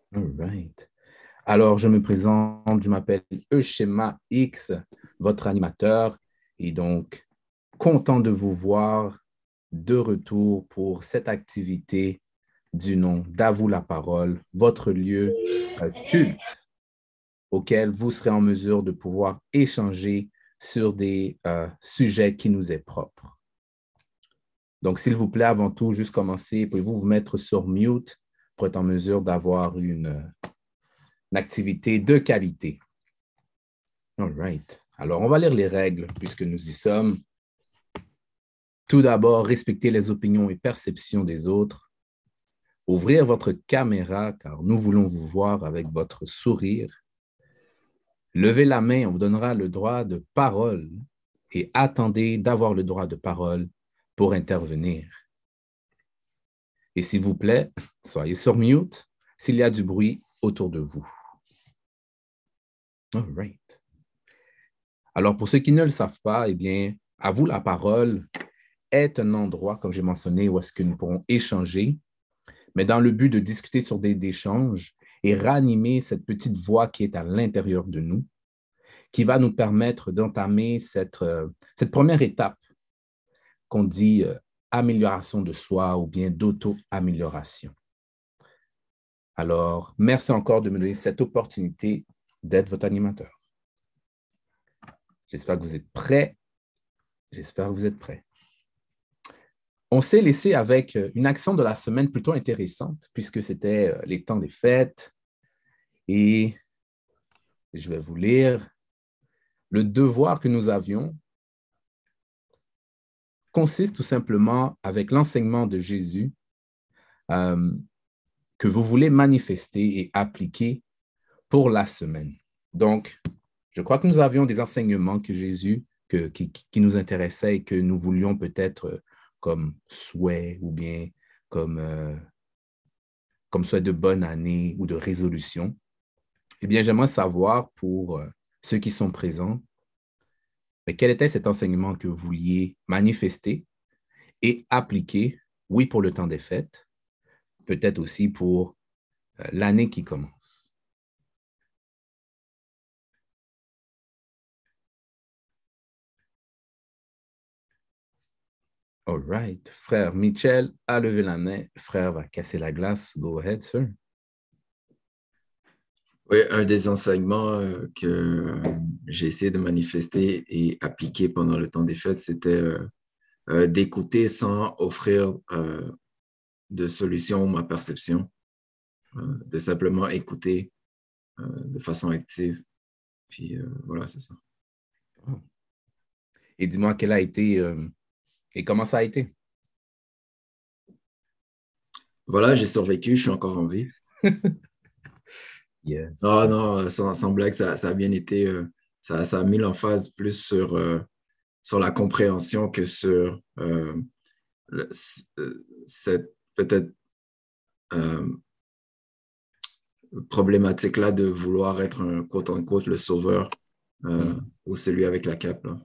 All right. Alors, je me présente, je m'appelle Euschema X, votre animateur, et donc content de vous voir de retour pour cette activité du nom d'Avoue la parole, votre lieu culte auquel vous serez en mesure de pouvoir échanger sur des sujets qui nous est propres. Donc, s'il vous plaît, avant tout, juste commencer, pouvez-vous vous mettre sur mute pour être en mesure d'avoir une activité de qualité. All right. Alors, on va lire les règles puisque nous y sommes. Tout d'abord, respecter les opinions et perceptions des autres. Ouvrir votre caméra car nous voulons vous voir avec votre sourire. Levez la main, on vous donnera le droit de parole et attendez d'avoir le droit de parole pour intervenir. Et s'il vous plaît, soyez sur mute s'il y a du bruit autour de vous. All right. Alors, pour ceux qui ne le savent pas, eh bien, à vous la parole est un endroit, comme j'ai mentionné, où est-ce que nous pourrons échanger, mais dans le but de discuter sur des échanges et ranimer cette petite voix qui est à l'intérieur de nous, qui va nous permettre d'entamer cette première étape qu'on dit amélioration de soi ou bien d'auto-amélioration. Alors, merci encore de me donner cette opportunité d'être votre animateur. J'espère que vous êtes prêts. J'espère que vous êtes prêts. On s'est laissé avec une action de la semaine plutôt intéressante puisque c'était les temps des fêtes et je vais vous lire. Le devoir que nous avions consiste tout simplement avec l'enseignement de Jésus que vous voulez manifester et appliquer pour la semaine. Donc, je crois que nous avions des enseignements que Jésus, qui nous intéressaient et que nous voulions peut-être comme souhait ou bien comme souhait de bonne année ou de résolution. Eh bien, j'aimerais savoir pour ceux qui sont présents, mais quel était cet enseignement que vous vouliez manifester et appliquer, oui, pour le temps des fêtes, peut-être aussi pour l'année qui commence. All right. Frère Mitchell a levé la main. Frère va casser la glace. Go ahead, sir. Oui, un des enseignements que j'ai essayé de manifester et appliquer pendant le temps des fêtes, c'était d'écouter sans offrir de solution ou ma perception, de simplement écouter de façon active. Puis voilà, c'est ça. Oh. Et dis-moi quel a été et comment ça a été? Voilà, j'ai survécu, je suis encore en vie. Yes. Non, non, sans blague, ça a bien été. Ça a mis l'emphase plus sur la compréhension que sur cette peut-être problématique-là de vouloir être un quote-unquote le sauveur ou celui avec la cape. Là.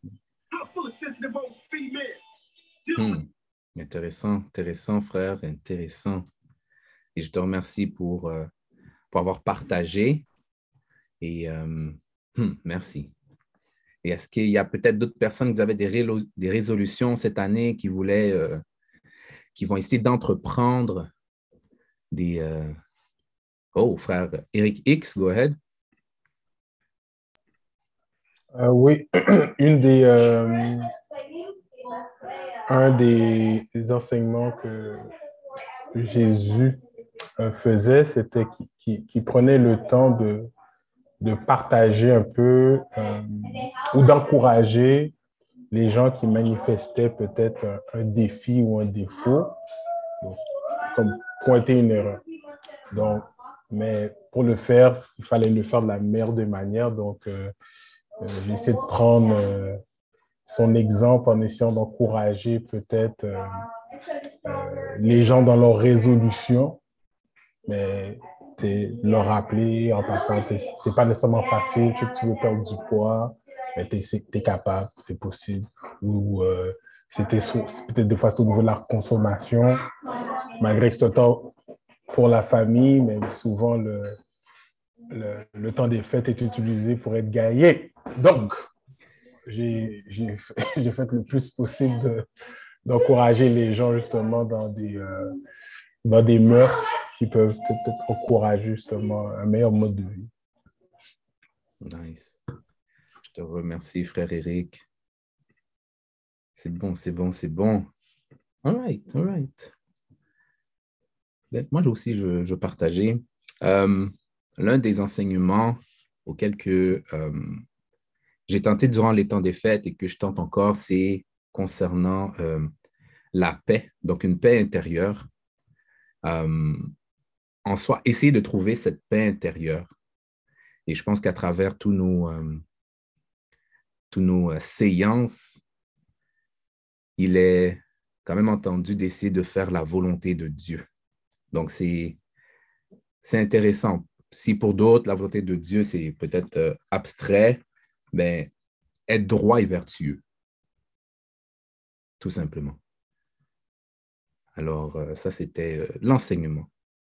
Intéressant, intéressant, frère, intéressant. Et je te remercie pour avoir partagé. Et merci. Et est-ce qu'il y a peut-être d'autres personnes qui avaient des résolutions cette année qui voulaient, qui vont essayer d'entreprendre des... Oh, frère Eric X, go ahead. Oui, un des enseignements que Jésus faisait, c'était qu'il prenait le temps de partager un peu ou d'encourager les gens qui manifestaient peut-être un défi ou un défaut, donc, comme pointer une erreur. Donc, mais pour le faire, il fallait le faire de la meilleure des manières. Donc, j'ai essayé de prendre son exemple en essayant d'encourager peut-être les gens dans leur résolution, mais leur rappeler en passant, c'est pas nécessairement facile, tu veux perdre du poids, mais t'es capable, c'est possible. Ou c'était peut-être des fois au niveau de la consommation, malgré que c'est pour la famille, mais souvent le temps des fêtes est utilisé pour être gaillé. Donc, j'ai fait le plus possible d'encourager les gens justement dans des mœurs qui peuvent peut-être encourager justement un meilleur mode de vie. Nice. Je te remercie, frère Eric. C'est bon, c'est bon, c'est bon. All right, all right. Ben, moi aussi, je partageais l'un des enseignements auxquels j'ai tenté durant les temps des fêtes et que je tente encore, c'est concernant la paix, donc une paix intérieure. En soi, essayer de trouver cette paix intérieure. Et je pense qu'à travers tous nos séances, il est quand même entendu d'essayer de faire la volonté de Dieu. Donc, c'est intéressant. Si pour d'autres, la volonté de Dieu, c'est peut-être abstrait, mais être droit et vertueux, tout simplement. Alors, ça, c'était l'enseignement.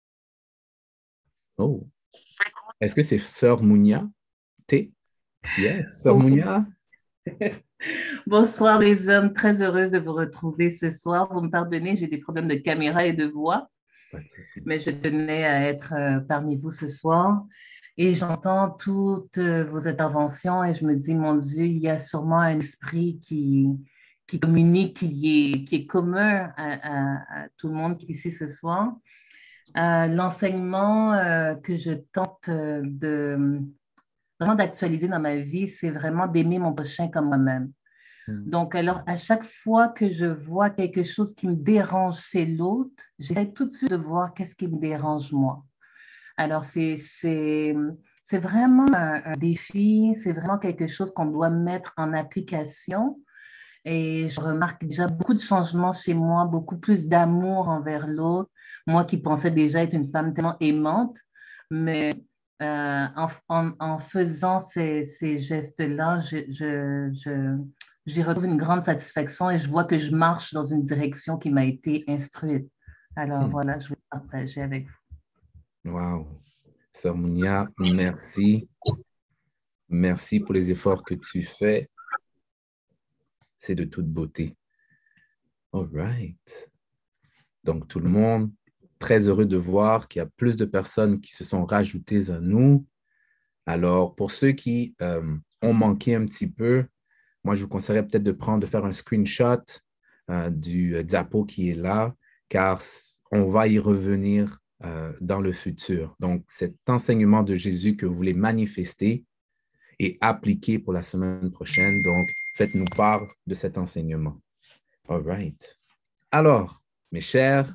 Oh. Est-ce que c'est Sœur Mounia? T? Yes, Sœur Mounia? Bonsoir les hommes, très heureuse de vous retrouver ce soir. Vous me pardonnez, j'ai des problèmes de caméra et de voix, mais je tenais à être parmi vous ce soir. Et j'entends toutes vos interventions et je me dis, mon Dieu, il y a sûrement un esprit qui communique, qui est commun à tout le monde qui est ici ce soir. L'enseignement que je tente vraiment d'actualiser dans ma vie, c'est vraiment d'aimer mon prochain comme moi-même. Donc, alors, à chaque fois que je vois quelque chose qui me dérange chez l'autre, j'essaie tout de suite de voir qu'est-ce qui me dérange moi. Alors, c'est vraiment un défi, c'est vraiment quelque chose qu'on doit mettre en application. Et je remarque déjà beaucoup de changements chez moi, beaucoup plus d'amour envers l'autre. Moi qui pensais déjà être une femme tellement aimante, mais en faisant ces gestes-là, j'y retrouve une grande satisfaction et je vois que je marche dans une direction qui m'a été instruite. Alors voilà, je vais partager avec vous. Wow. Sœur Mounia, merci. Merci pour les efforts que tu fais. C'est de toute beauté. All right. Donc, tout le monde, très heureux de voir qu'il y a plus de personnes qui se sont rajoutées à nous. Alors, pour ceux qui ont manqué un petit peu, moi, je vous conseillerais peut-être de faire un screenshot du diapo qui est là, car on va y revenir dans le futur. Donc, cet enseignement de Jésus que vous voulez manifester et appliquer pour la semaine prochaine. Donc, faites-nous part de cet enseignement. All right. Alors, mes chers,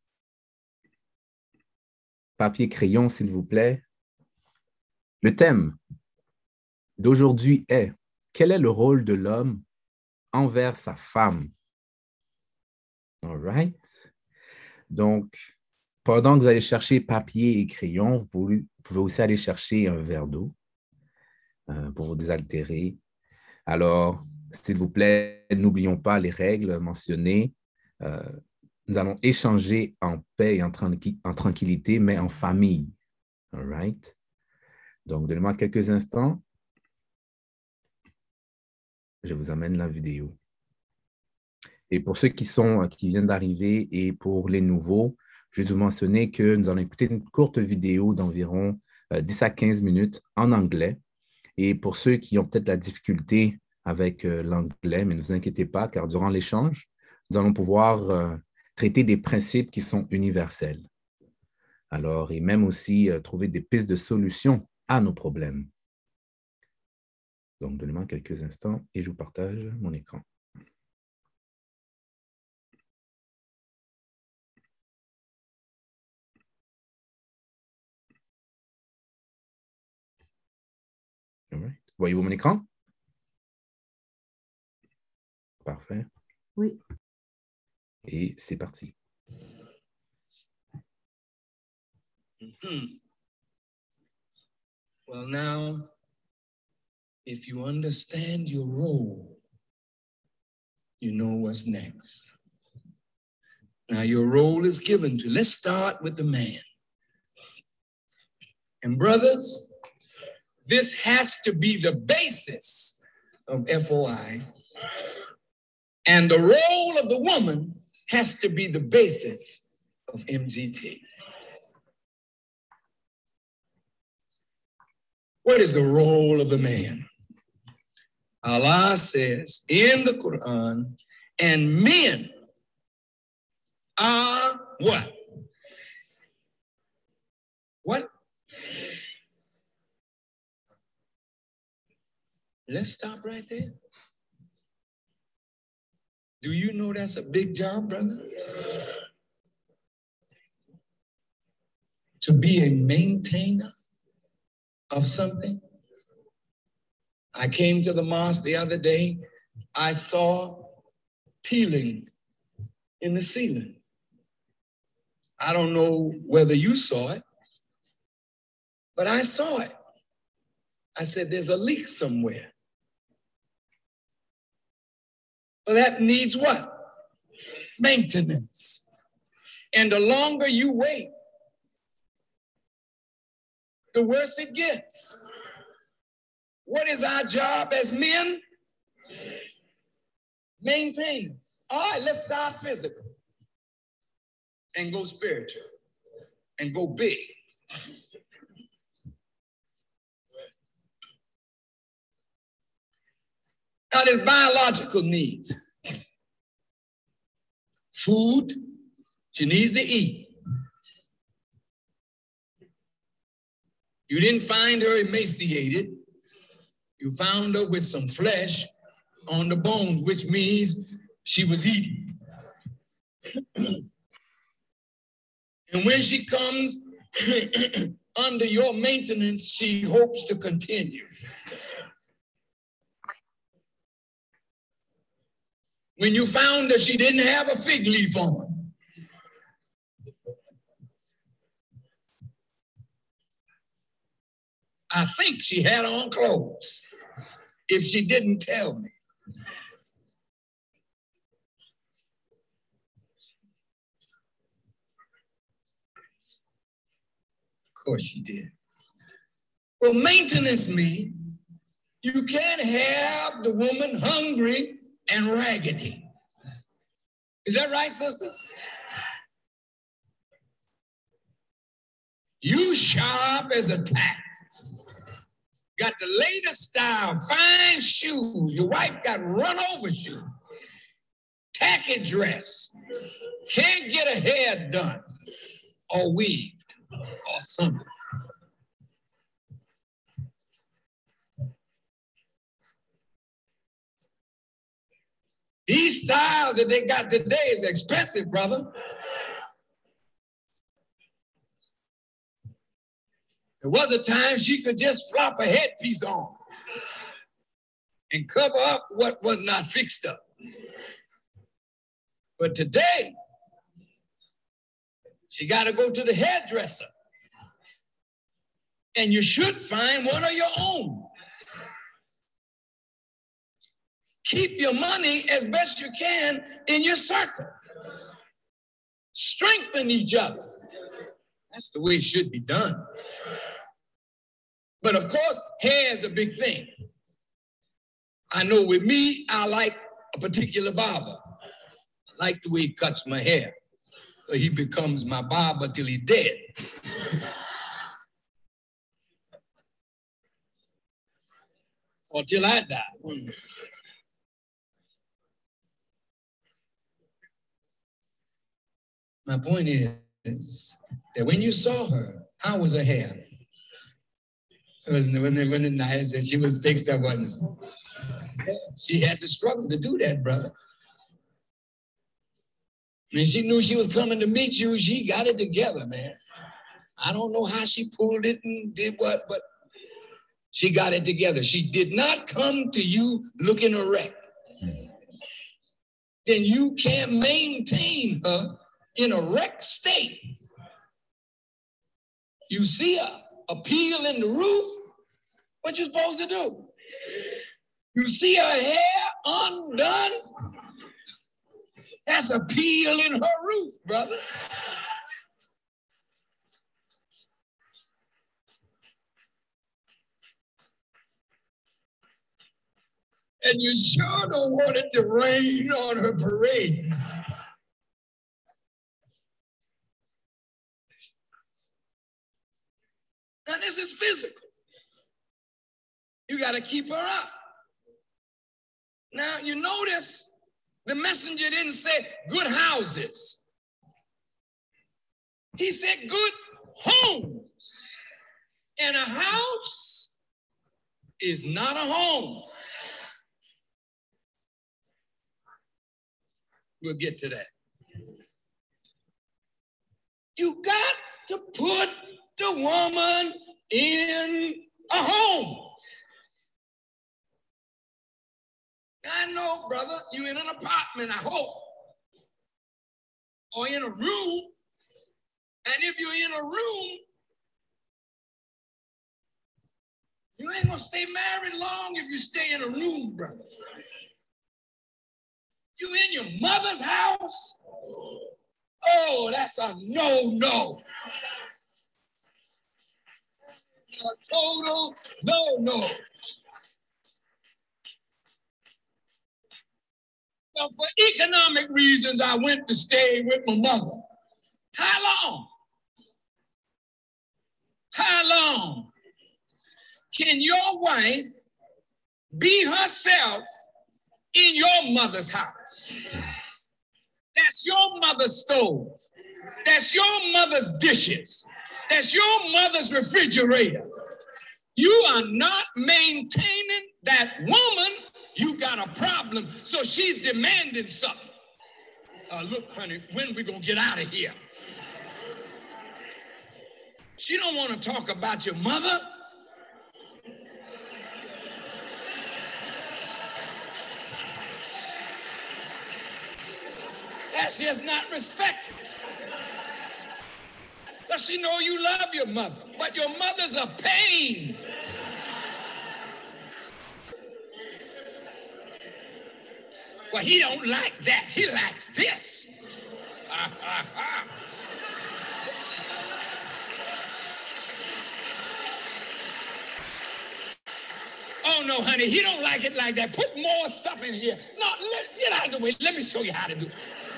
papier, crayon, s'il vous plaît. Le thème d'aujourd'hui est « Quel est le rôle de l'homme envers sa femme? » All right. Donc, pendant que vous allez chercher papier et crayon, vous pouvez aussi aller chercher un verre d'eau pour vous désaltérer. Alors, s'il vous plaît, n'oublions pas les règles mentionnées. Nous allons échanger en paix et en tranquillité, mais en famille. All right? Donc, donnez-moi quelques instants. Je vous amène la vidéo. Et pour ceux qui viennent d'arriver et pour les nouveaux, je vais vous mentionner que nous allons écouter une courte vidéo d'environ 10 à 15 minutes en anglais. Et pour ceux qui ont peut-être la difficulté avec l'anglais, mais ne vous inquiétez pas, car durant l'échange, nous allons pouvoir traiter des principes qui sont universels. Alors, et même aussi trouver des pistes de solutions à nos problèmes. Donc, donnez-moi quelques instants et je vous partage mon écran. All right. Voyez-vous mon écran? Parfait. Oui. Et c'est parti. Well, now, if you understand your role, you know what's next. Now, your role is given to, let's start with the man. And brothers, this has to be the basis of FOI. And the role of the woman has to be the basis of MGT. What is the role of the man? Allah says in the Quran, and men are what? What? Let's stop right there. Do you know that's a big job, brother? To be a maintainer of something. I came to the mosque the other day. I saw peeling in the ceiling. I don't know whether you saw it, but I saw it. I said, there's a leak somewhere. Well, that needs what? Maintenance. And the longer you wait, the worse it gets. What is our job as men? Maintenance. All right, let's start physical and go spiritual and go big. Now, there's biological needs. Food, she needs to eat. You didn't find her emaciated. You found her with some flesh on the bones, which means she was eating. And when she comes under your maintenance, she hopes to continue. When you found that she didn't have a fig leaf on, I think she had on clothes, if she didn't tell me. Of course she did. Well, maintenance means you can't have the woman hungry and raggedy. Is that right, sisters? You sharp as a tack. Got the latest style, fine shoes. Your wife got run over shoes. Tacky dress. Can't get her hair done or weaved or something. These styles that they got today is expensive, brother. There was a time she could just flop a headpiece on and cover up what was not fixed up. But today, she got to go to the hairdresser. And you should find one of your own. Keep your money as best you can in your circle. Strengthen each other. That's the way it should be done. But of course, hair is a big thing. I know with me, I like a particular barber. I like the way he cuts my hair. So he becomes my barber till he's dead. Or till I die. My point is that when you saw her, how was her hair? It wasn't nice, and she was fixed up once. She had to struggle to do that, brother. When she knew she was coming to meet you, she got it together, man. I don't know how she pulled it and did what, but she got it together. She did not come to you looking erect. Then you can't maintain her in a wrecked state. You see a peel in the roof, what you supposed to do? You see her hair undone? That's a peel in her roof, brother. And you sure don't want it to rain on her parade. Now, this is physical. You got to keep her up. Now, you notice the messenger didn't say good houses. He said good homes. And a house is not a home. We'll get to that. You got to put the woman in a home. I know, brother, you in an apartment, I hope, or in a room. And if you're in a room, you ain't gonna stay married long if you stay in a room, brother. You in your mother's house? Oh, that's a no-no. A total no-no. Now, for economic reasons, I went to stay with my mother. How long? How long can your wife be herself in your mother's house? That's your mother's stove. That's your mother's dishes. That's your mother's refrigerator. You are not maintaining that woman. You got a problem. So she's demanding something. Look, honey, when we gonna get out of here? She don't want to talk about your mother. That's just not respectful. Does she know you love your mother? But your mother's a pain. Well, he don't like that. He likes this. Oh, no, honey, he don't like it like that. Put more stuff in here. No, get out of the way. Let me show you how to do it.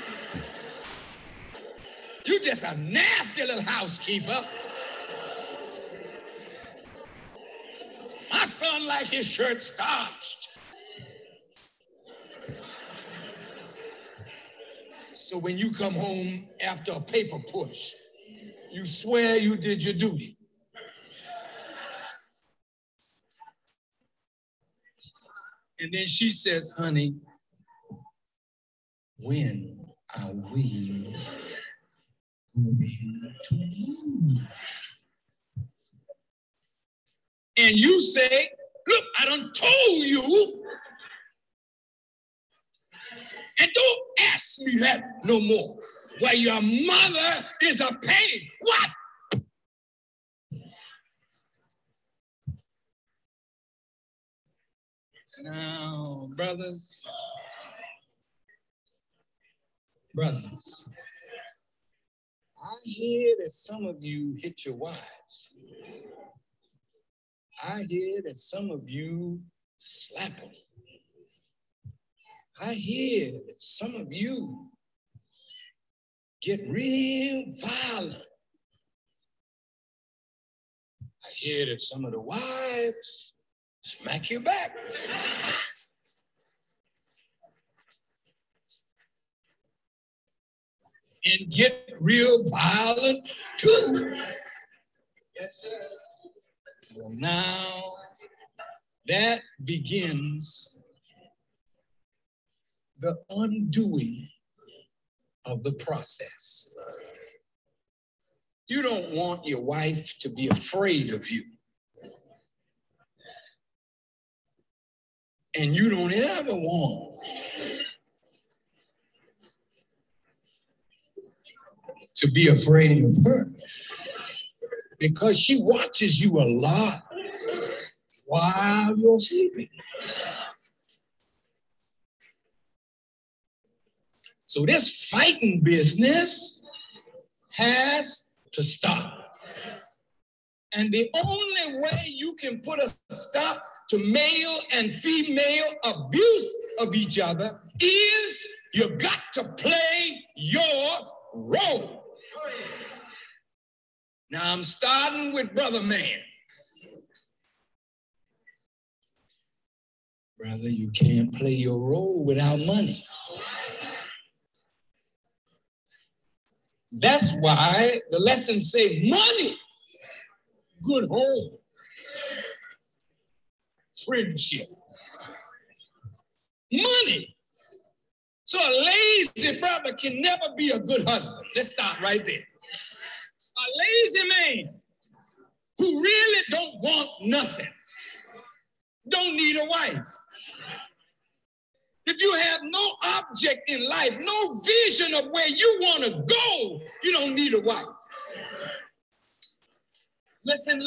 You just a nasty little housekeeper. My son likes his shirt starched. So when you come home after a paper push, you swear you did your duty. And then she says, honey, when are we going to move? And you say, look, I done told you. And don't ask me that no more. Well, your mother is a pain. What? Now, brothers, I hear that some of you hit your wives. I hear that some of you slap them. I hear that some of you get real violent. I hear that some of the wives smack you back. And get real violent too. Yes, sir. Well, now that begins the undoing of the process. You don't want your wife to be afraid of you. And you don't ever want to be afraid of her, because she watches you a lot while you're sleeping. So this fighting business has to stop. And the only way you can put a stop to male and female abuse of each other is you got to play your role. Now I'm starting with Brother Man. Brother, you can't play your role without money. That's why the lessons say money, good home, friendship, money. So a lazy brother can never be a good husband. Let's start right there. A lazy man who really don't want nothing, don't need a wife. If you have no object in life, no vision of where you want to go, you don't need a wife. Listen.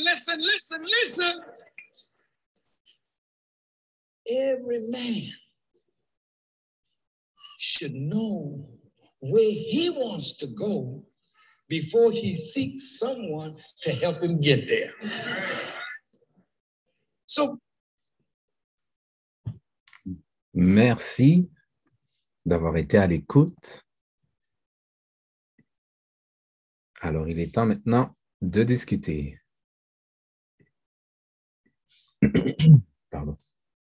Every man should know where he wants to go before he seeks someone to help him get there. So, merci d'avoir été à l'écoute. Alors, il est temps maintenant de discuter. Pardon.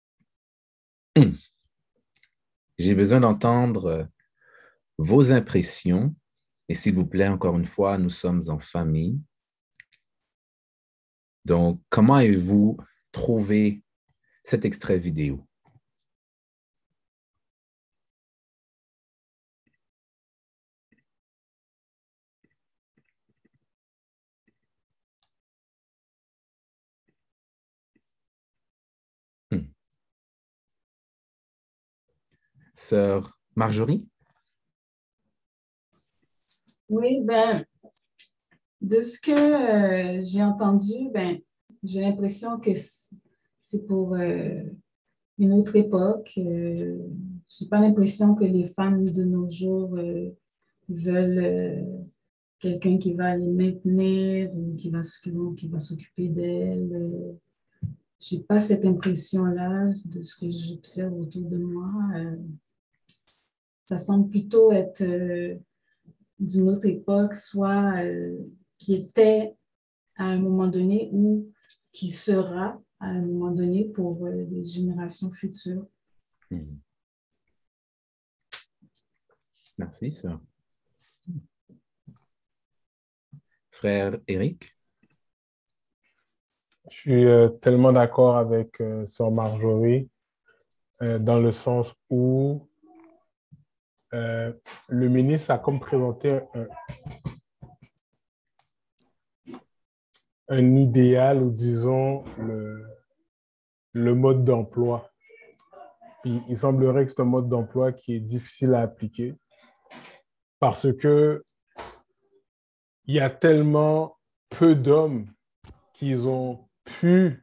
J'ai besoin d'entendre vos impressions. Et s'il vous plaît, encore une fois, nous sommes en famille. Donc, comment avez-vous trouvé cet extrait vidéo? Sœur Marjorie? Oui, ben, de ce que j'ai entendu, ben, j'ai l'impression que c'est pour une autre époque. J'ai pas l'impression que les femmes de nos jours veulent quelqu'un qui va les maintenir ou qui va s'occuper d'elles. J'ai pas cette impression-là de ce que j'observe autour de moi. Ça semble plutôt être d'une autre époque, soit qui était à un moment donné ou qui sera à un moment donné pour les générations futures. Merci, sœur. Frère Éric? Je suis tellement d'accord avec sœur Marjorie dans le sens où le ministre a comme présenté un idéal ou disons le mode d'emploi. Puis, il semblerait que c'est un mode d'emploi qui est difficile à appliquer parce que il y a tellement peu d'hommes qui ont pu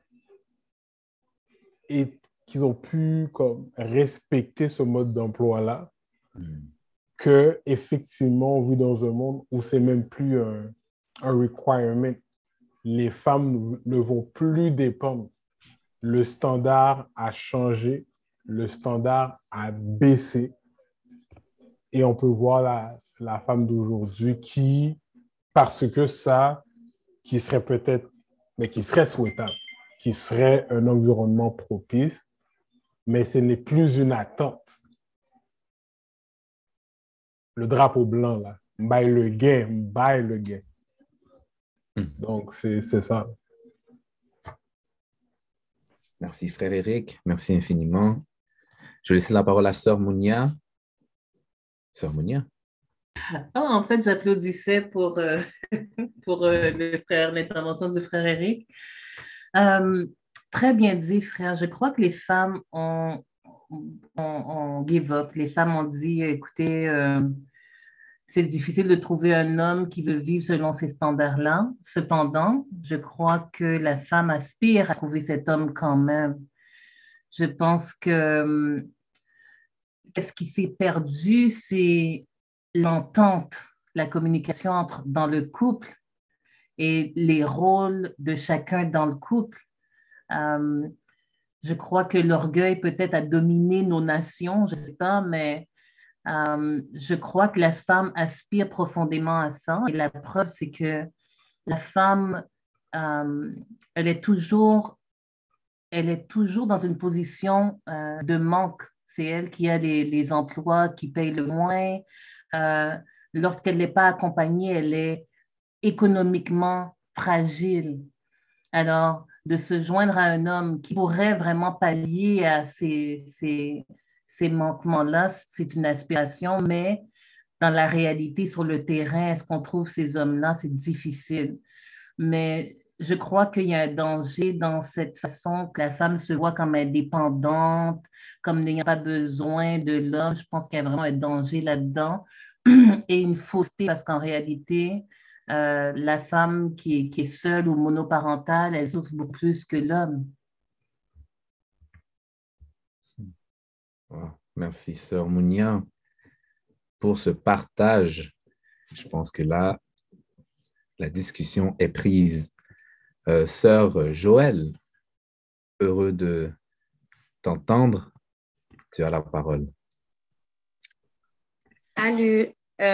comme respecter ce mode d'emploi-là, que effectivement, on vit dans un monde où c'est même plus un requirement. Les femmes ne vont plus dépendre. Le standard a changé, le standard a baissé, et on peut voir la femme d'aujourd'hui qui, parce que ça, qui serait peut-être, mais qui serait souhaitable, qui serait un environnement propice, mais ce n'est plus une attente. Le drapeau blanc, là, baille le gain. Donc, c'est ça. Merci, frère Éric. Merci infiniment. Je vais laisser la parole à sœur Mounia. Sœur Mounia? Oh, en fait, j'applaudissais pour, l'intervention du frère Éric. Très bien dit, frère. Je crois que les femmes ont give up. Les femmes ont dit, écoutez, c'est difficile de trouver un homme qui veut vivre selon ces standards-là. Cependant, je crois que la femme aspire à trouver cet homme quand même. Je pense que ce qui s'est perdu, c'est l'entente, la communication dans le couple. et les rôles de chacun dans le couple. Je crois que l'orgueil peut-être a dominé nos nations, je ne sais pas, mais je crois que la femme aspire profondément à ça. Et la preuve, c'est que la femme, elle est toujours dans une position de manque. C'est elle qui a les emplois qui payent le moins. Euh, Lorsqu'elle n'est pas accompagnée, elle est économiquement fragile. Alors, de se joindre à un homme qui pourrait vraiment pallier à ces manquements-là, c'est une aspiration, mais dans la réalité, sur le terrain, est-ce qu'on trouve ces hommes-là? C'est difficile. Mais je crois qu'il y a un danger dans cette façon que la femme se voit comme indépendante, comme n'ayant pas besoin de l'homme. Je pense qu'il y a vraiment un danger là-dedans et une fausseté parce qu'en réalité, la femme qui est seule ou monoparentale, elle souffre beaucoup plus que l'homme. Wow. Merci, Sœur Mounia, pour ce partage. Je pense que là, la discussion est prise. Sœur Joël, heureux de t'entendre. Tu as la parole. Salut.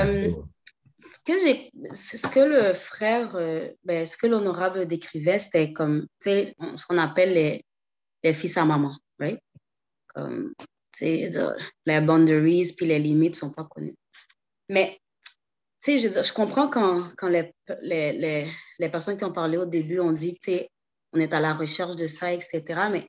Ce que le frère, ce que l'honorable décrivait, c'était comme, tu sais, ce qu'on appelle les fils à maman, right? Comme, tu sais, les boundaries puis les limites sont pas connues. Mais, tu sais, je comprends quand les personnes qui ont parlé au début ont dit, tu sais, on est à la recherche de ça, etc. Mais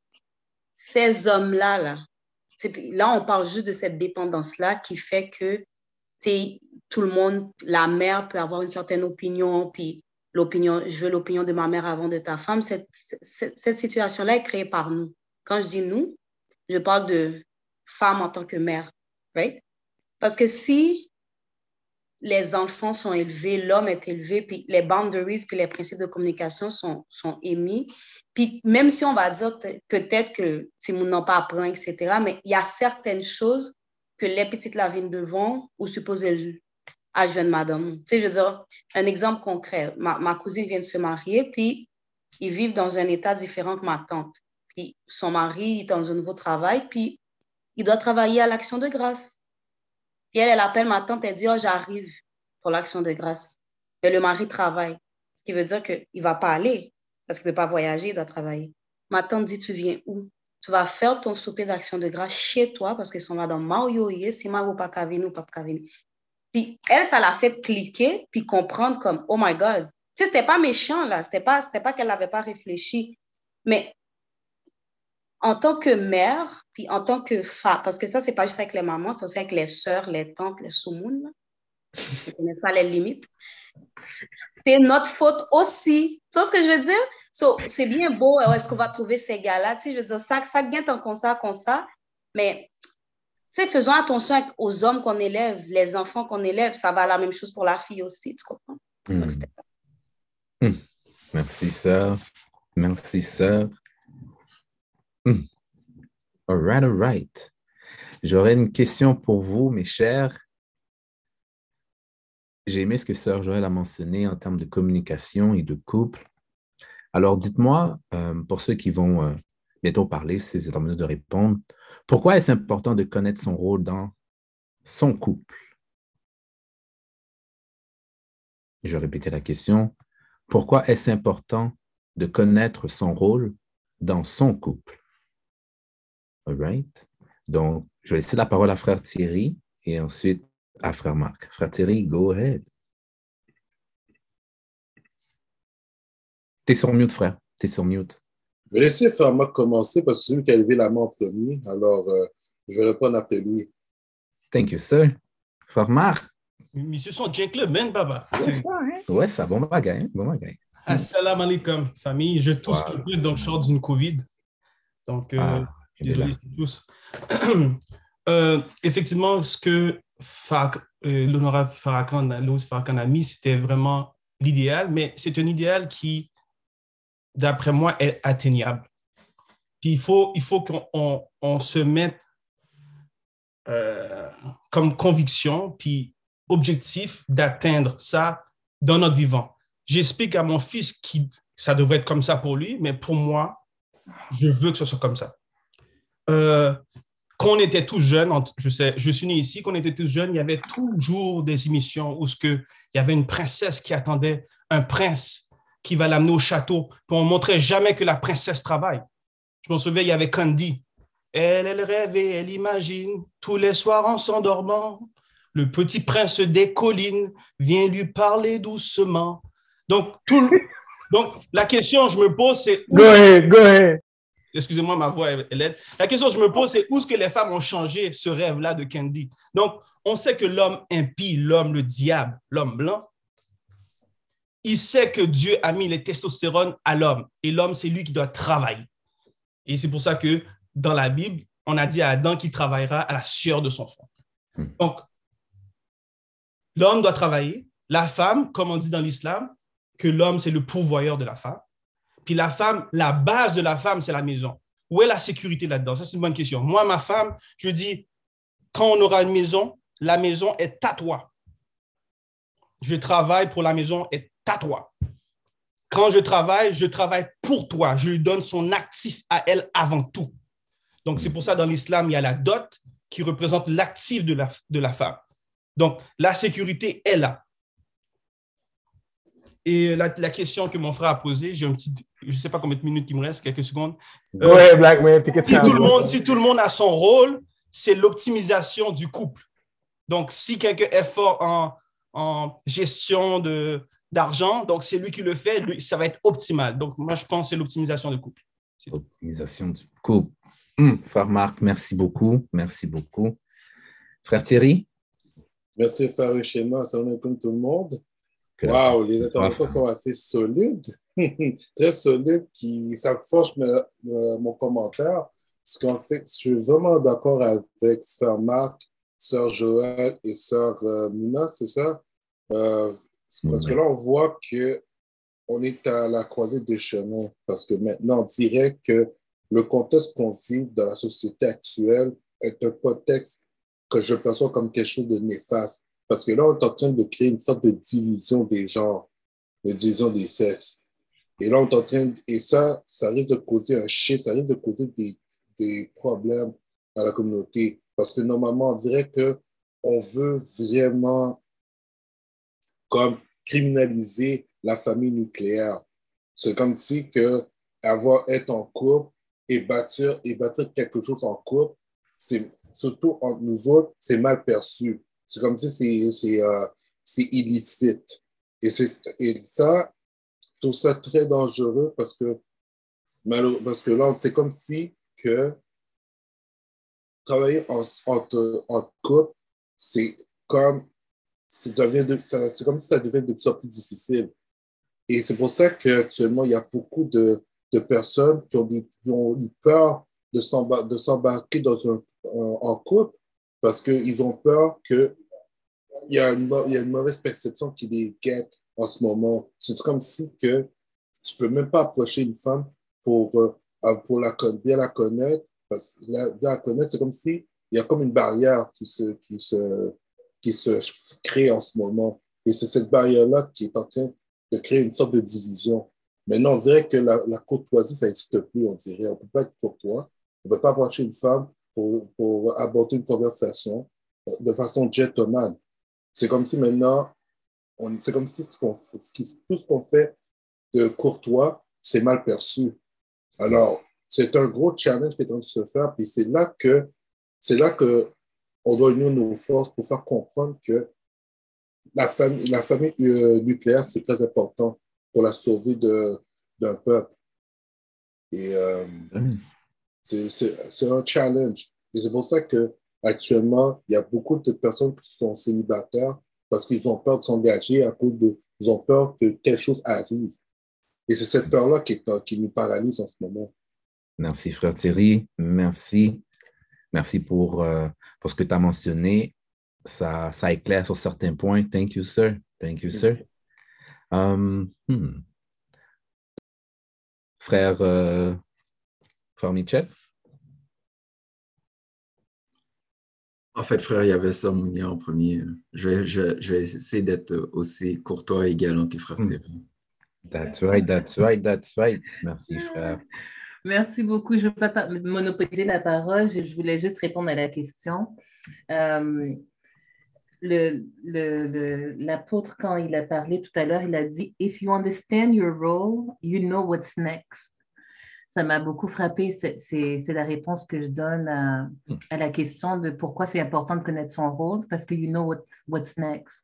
ces hommes-là, là, on parle juste de cette dépendance-là qui fait que tout le monde, la mère peut avoir une certaine opinion, puis je veux l'opinion de ma mère avant de ta femme. Cette situation-là est créée par nous. Quand je dis nous, je parle de femme en tant que mère, right? Parce que si les enfants sont élevés, l'homme est élevé, puis les boundaries, puis les principes de communication sont émis, puis même si on va dire peut-être que Timoun n'a pas appris, etc., mais il y a certaines choses que les petites lavines devant ou supposées à jeune madame. Tu sais, je veux dire, un exemple concret. Ma cousine vient de se marier, puis ils vivent dans un état différent que ma tante. Puis son mari est dans un nouveau travail, puis il doit travailler à l'Action de grâce. Puis elle appelle ma tante, elle dit, oh, j'arrive pour l'Action de grâce. Mais le mari travaille, ce qui veut dire qu'il ne va pas aller parce qu'il ne peut pas voyager, il doit travailler. Ma tante dit, tu viens où? Tu vas faire ton souper d'Action de grâce chez toi parce qu'ils sont là dans Mario, si Mario pas Kavini ou pas Kavini. Puis elle, ça l'a fait cliquer puis comprendre comme, oh my God. Tu sais, c'était pas méchant, là. C'était pas qu'elle n'avait pas réfléchi. Mais en tant que mère, puis en tant que femme, parce que ça, c'est pas juste avec les mamans, c'est aussi avec les sœurs, les tantes, les soumounes. Je connais pas les limites. C'est notre faute aussi. Tu vois ce que je veux dire? So, c'est bien beau, est-ce qu'on va trouver ces gars-là? Tu sais, je veux dire, ça gagne comme ça. Mais, tu sais, faisons attention aux hommes qu'on élève, les enfants qu'on élève. Ça va la même chose pour la fille aussi, tu comprends? Merci, sœur. Merci, sœur. All right. J'aurais une question pour vous, mes chers. J'ai aimé ce que sœur Joël a mentionné en termes de communication et de couple. Alors, dites-moi, pour ceux qui vont bientôt parler, si vous êtes en mesure de répondre, pourquoi est-ce important de connaître son rôle dans son couple? Je vais répéter la question. Pourquoi est-ce important de connaître son rôle dans son couple? All right. Donc, je vais laisser la parole à frère Thierry et ensuite à frère Marc. Frère Thierry, go ahead. T'es sur mute, frère. T'es sur mute. Je vais laisser frère Marc commencer parce que c'est lui qui a levé la main en premier. Alors, je vais répondre après lui. Thank you, sir. Frère Marc. Monsieur son gentleman, papa. C'est ça, hein? Ouais, ça, bon bagay. Assalamu alaikum, famille. Je tousse un peu, donc je sors d'une COVID. Donc, désolé tous. Effectivement, ce que l'honorable Louis Farrakhan a mis, c'était vraiment l'idéal, mais c'est un idéal qui, d'après moi, est atteignable. Puis il faut qu'on se mette comme conviction, puis objectif d'atteindre ça dans notre vivant. j'explique à mon fils que ça devrait être comme ça pour lui, mais pour moi, je veux que ce soit comme ça. Quand on était tous jeunes, je suis né ici, quand on était tous jeunes, il y avait toujours des émissions où il y avait une princesse qui attendait un prince qui va l'amener au château. Puis on ne montrait jamais que la princesse travaille. Je me souviens, il y avait Candy. Elle rêve et elle imagine tous les soirs en s'endormant. Le petit prince des collines vient lui parler doucement. Donc, la question que je me pose, c'est... Go ahead. Excusez-moi, ma voix est laide. La question que je me pose, c'est où est-ce que les femmes ont changé ce rêve-là de Candy? Donc, on sait que l'homme impie, l'homme, le diable, l'homme blanc, il sait que Dieu a mis les testostérones à l'homme. Et l'homme, c'est lui qui doit travailler. Et c'est pour ça que dans la Bible, on a dit à Adam qu'il travaillera à la sueur de son front. Donc, l'homme doit travailler. La femme, comme on dit dans l'islam, que l'homme, c'est le pourvoyeur de la femme. Puis la femme, la base de la femme, c'est la maison. Où est la sécurité là-dedans? Ça, c'est une bonne question. Moi, ma femme, je dis, quand on aura une maison, la maison est à toi. Je travaille pour la maison est à toi. Quand je travaille pour toi. Je lui donne son actif à elle avant tout. Donc, c'est pour ça, dans l'islam, il y a la dot qui représente l'actif de la femme. Donc, la sécurité est là. Et la question que mon frère a posée, je ne sais pas combien de minutes il me reste, quelques secondes. Ouais, Black man, si tout le monde a son rôle, c'est l'optimisation du couple. Donc, si quelqu'un est fort en gestion d'argent, donc c'est lui qui le fait, ça va être optimal. Donc, moi, je pense que c'est l'optimisation du couple. Optimisation du couple. Frère Marc, merci beaucoup. Merci beaucoup. Frère Thierry? Merci, frère Schéma. Ça va comme tout le monde. Wow, les interventions sont assez solides, très solides, ça forge mon commentaire. Parce qu'en fait, je suis vraiment d'accord avec frère Marc, sœur Joël et sœur Muna, c'est ça? Parce que là, on voit qu'on est à la croisée des chemins. Parce que maintenant, on dirait que le contexte qu'on vit dans la société actuelle est un contexte que je perçois comme quelque chose de néfaste. Parce que là, on est en train de créer une sorte de division des genres, de division des sexes. Et là, on est en train et ça risque de causer un shift, ça risque de causer des problèmes dans la communauté. Parce que normalement, on dirait qu'on veut vraiment comme criminaliser la famille nucléaire. C'est comme si être en couple et bâtir quelque chose en couple, surtout entre nous autres, c'est mal perçu. C'est comme si c'est illicite. Et ça, je trouve ça très dangereux parce que là, c'est comme si travailler en couple, c'est comme si ça devient de plus en plus difficile. Et c'est pour ça qu'actuellement, il y a beaucoup de personnes qui ont eu peur de s'embarquer en couple parce qu'ils ont peur qu'il y a une mauvaise perception qui les guette en ce moment. C'est comme si que tu peux même pas approcher une femme pour bien la connaître. Parce que bien la connaître, c'est comme si il y a comme une barrière qui se crée en ce moment. Et c'est cette barrière-là qui est en train de créer une sorte de division. Maintenant, on dirait que la courtoisie, ça n'existe plus, on dirait. On ne peut pas être courtois. On ne peut pas approcher une femme pour aborder une conversation de façon gentleman. C'est comme si maintenant, c'est comme si tout ce qu'on fait de courtois, c'est mal perçu. Alors, c'est un gros challenge qui est en train de se faire, puis c'est là que on doit unir nos forces pour faire comprendre que la famille nucléaire, c'est très important pour la survie d'un peuple. Et c'est un challenge. Et c'est pour ça qu'actuellement, il y a beaucoup de personnes qui sont célibataires parce qu'ils ont peur de s'engager ils ont peur que telle chose arrive. Et c'est cette peur-là qui nous paralyse en ce moment. Merci, frère Thierry. Merci. Merci pour ce que tu as mentionné. Ça éclaire sur certains points. Thank you, sir. Thank you, sir. Frère Michel? En fait, frère, il y avait ça, Mounia, en premier. Je vais essayer d'être aussi courtois et galant que frère Thierry. That's right, that's right, that's right. Merci, frère. Merci beaucoup. Je ne veux pas monopoliser la parole. Je voulais juste répondre à la question. L'apôtre, quand il a parlé tout à l'heure, il a dit « If you understand your role, you know what's next ». Ça m'a beaucoup frappé. C'est la réponse que je donne à la question de pourquoi c'est important de connaître son rôle, parce que you know what's next.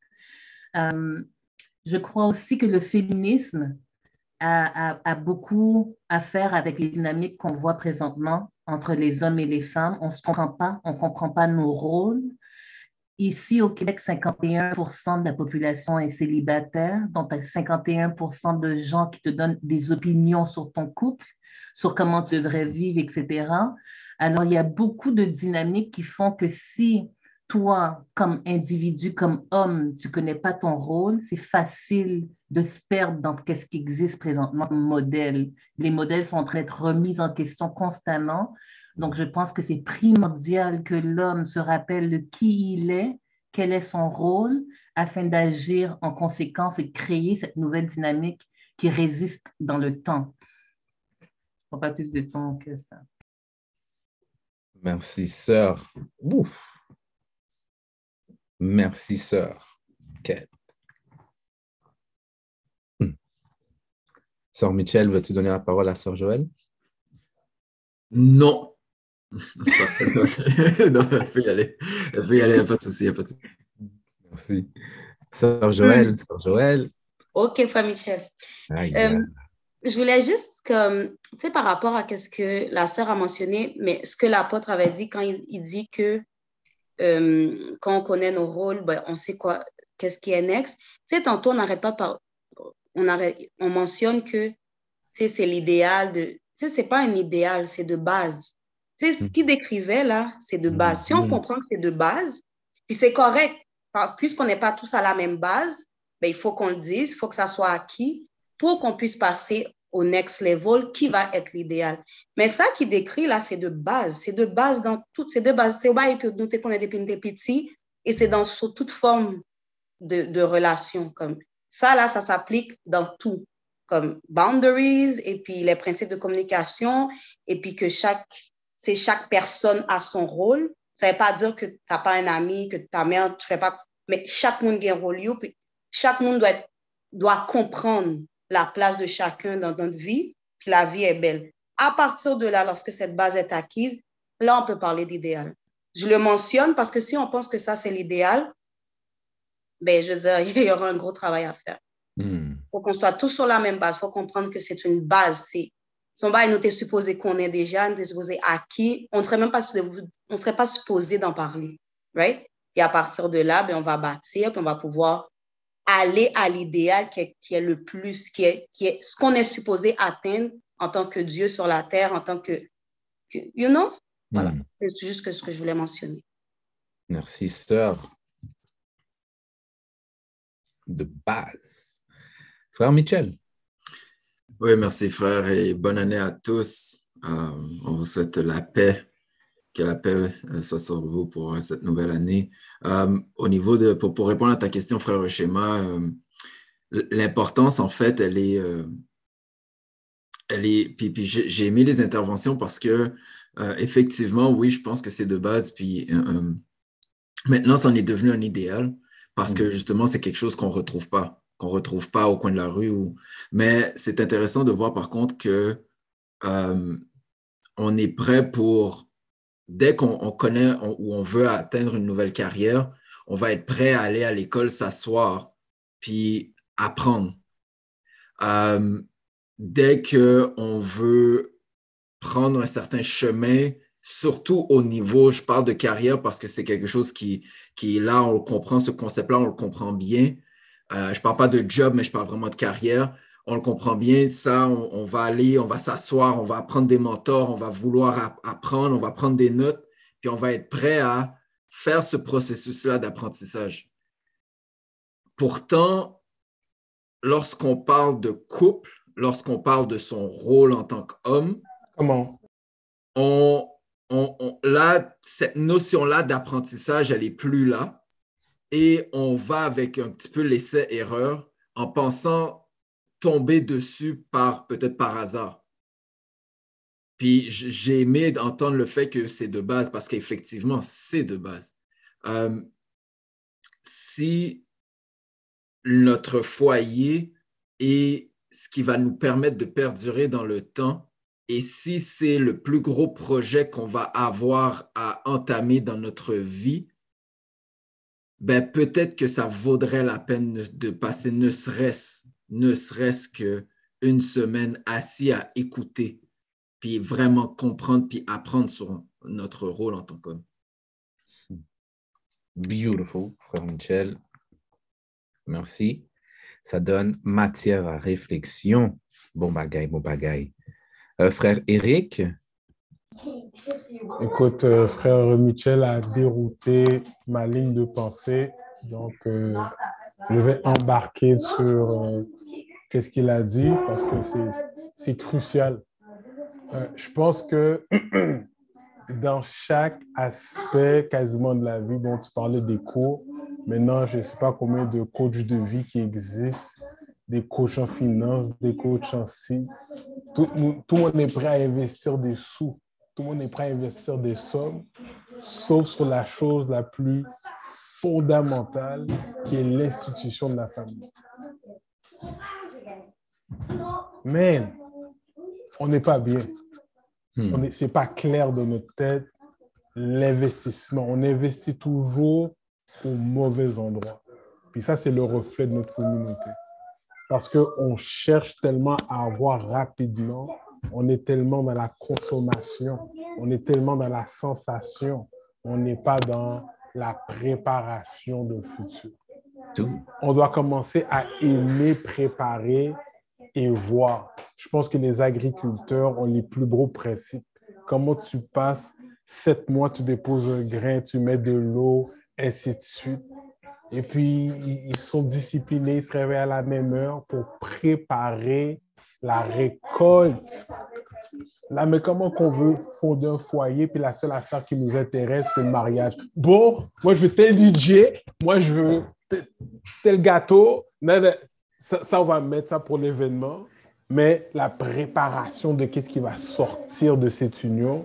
Je crois aussi que le féminisme a beaucoup à faire avec les dynamiques qu'on voit présentement entre les hommes et les femmes. On ne comprend pas nos rôles. Ici, au Québec, 51% de la population est célibataire, donc 51% de gens qui te donnent des opinions sur ton couple, sur comment tu devrais vivre, etc. Alors, il y a beaucoup de dynamiques qui font que si toi, comme individu, comme homme, tu ne connais pas ton rôle, c'est facile de se perdre dans ce qui existe présentement comme modèle. Les modèles sont en train d'être remis en question constamment. Donc, je pense que c'est primordial que l'homme se rappelle de qui il est, quel est son rôle, afin d'agir en conséquence et créer cette nouvelle dynamique qui résiste dans le temps. Pas plus de temps que ça. Merci, sœur. Ouf. Merci, sœur. Kate. Sœur Michel, veux-tu donner la parole à sœur Joël? Non. Non, elle peut y aller. Elle peut y aller, il n'y a pas de souci. Merci. Sœur Joël, sœur Joël. OK, frère Michel. Je voulais juste, tu sais, par rapport à ce que la sœur a mentionné, mais ce que l'apôtre avait dit quand il dit que quand on connaît nos rôles, ben, on sait qu'est-ce qui est next. Tu sais, tantôt, on n'arrête pas on mentionne que, tu sais, c'est l'idéal de, tu sais, c'est pas un idéal, c'est de base. Tu sais, ce qu'il décrivait là, c'est de base. Si on comprend que c'est de base, puis c'est correct, puisqu'on n'est pas tous à la même base, ben, il faut qu'on le dise, il faut que ça soit acquis pour qu'on puisse passer au next level, qui va être l'idéal. Mais ça qui décrit là, c'est de base. C'est de base dans toutes ces deux bases. C'est et puis nous qu'on est des petits et c'est sous toute forme de relation. Comme ça, là, ça s'applique dans tout. Comme boundaries et puis les principes de communication et puis que chaque personne a son rôle. Ça ne veut pas dire que tu n'as pas un ami, que ta mère, tu fais pas. Mais chaque monde a un rôle, puis chaque monde doit comprendre la place de chacun dans notre vie, puis la vie est belle. À partir de là, lorsque cette base est acquise, là, on peut parler d'idéal. Je le mentionne parce que si on pense que ça, c'est l'idéal, ben, je veux dire, il y aura un gros travail à faire. Il faut qu'on soit tous sur la même base. Il faut comprendre que c'est une base. Son bail nous est supposé qu'on est déjà, nous est supposé acquis. On ne serait pas supposé d'en parler. Right? Et à partir de là, ben, on va bâtir, puis on va pouvoir aller à l'idéal qui est le plus, qui est ce qu'on est supposé atteindre en tant que Dieu sur la terre, en tant que you know? Voilà. C'est juste ce que je voulais mentionner. Merci, sœur. De base. Frère Michel. Oui, merci, frère, et bonne année à tous. On vous souhaite la paix. Que la paix soit sur vous pour cette nouvelle année. Au niveau pour répondre à ta question, frère Schéma, l'importance, en fait, elle est puis j'ai aimé les interventions parce que, effectivement, oui, je pense que c'est de base, puis maintenant, ça en est devenu un idéal parce que, justement, c'est quelque chose qu'on ne retrouve pas au coin de la rue. Mais c'est intéressant de voir, par contre, que on est prêt pour... Dès qu'on connaît ou on veut atteindre une nouvelle carrière, on va être prêt à aller à l'école, s'asseoir, puis apprendre. Dès qu'on veut prendre un certain chemin, surtout au niveau, je parle de carrière parce que c'est quelque chose qui est là, on le comprend, ce concept-là, on le comprend bien. Je ne parle pas de job, mais je parle vraiment de carrière. On le comprend bien, ça, on va aller, on va s'asseoir, on va apprendre des mentors, on va vouloir apprendre, on va prendre des notes, puis on va être prêt à faire ce processus-là d'apprentissage. Pourtant, lorsqu'on parle de couple, lorsqu'on parle de son rôle en tant qu'homme, comment? Là, cette notion-là d'apprentissage, elle n'est plus là. Et on va avec un petit peu l'essai-erreur en pensant tombé dessus peut-être par hasard. Puis j'ai aimé entendre le fait que c'est de base, parce qu'effectivement, c'est de base. Si notre foyer est ce qui va nous permettre de perdurer dans le temps, et si c'est le plus gros projet qu'on va avoir à entamer dans notre vie, ben peut-être que ça vaudrait la peine de passer ne serait-ce qu'une semaine assis à écouter, puis vraiment comprendre, puis apprendre sur notre rôle en tant qu'homme. Beautiful, frère Michel. Merci. Ça donne matière à réflexion. Bon bagaille. Frère Eric. Écoute, frère Michel a dérouté ma ligne de pensée. Donc, je vais embarquer sur qu'est-ce qu'il a dit parce que c'est crucial. Je pense que dans chaque aspect quasiment de la vie dont tu parlais des cours, maintenant, je ne sais pas combien de coachs de vie qui existent, des coachs en finance, des coachs en ci. Tout le monde est prêt à investir des sous. Tout le monde est prêt à investir des sommes, sauf sur la chose la plus fondamentale qui est l'institution de la famille. Mais on n'est pas bien. Ce n'est pas clair dans notre tête, l'investissement. On investit toujours au mauvais endroit. Puis ça, c'est le reflet de notre communauté. Parce qu'on cherche tellement à avoir rapidement, on est tellement dans la consommation, on est tellement dans la sensation, on n'est pas dans la préparation de futur. On doit commencer à aimer préparer et voir. Je pense que les agriculteurs ont les plus gros principes. Comment tu passes 7 mois, tu déposes un grain, tu mets de l'eau, ainsi de suite. Et puis, ils sont disciplinés, ils se réveillent à la même heure pour préparer la récolte. Là, mais comment qu'on veut fonder un foyer, puis la seule affaire qui nous intéresse, c'est le mariage. Bon, moi, je veux tel DJ, moi, je veux tel gâteau. Ça, on va mettre ça pour l'événement. Mais la préparation de qu'est-ce qui va sortir de cette union,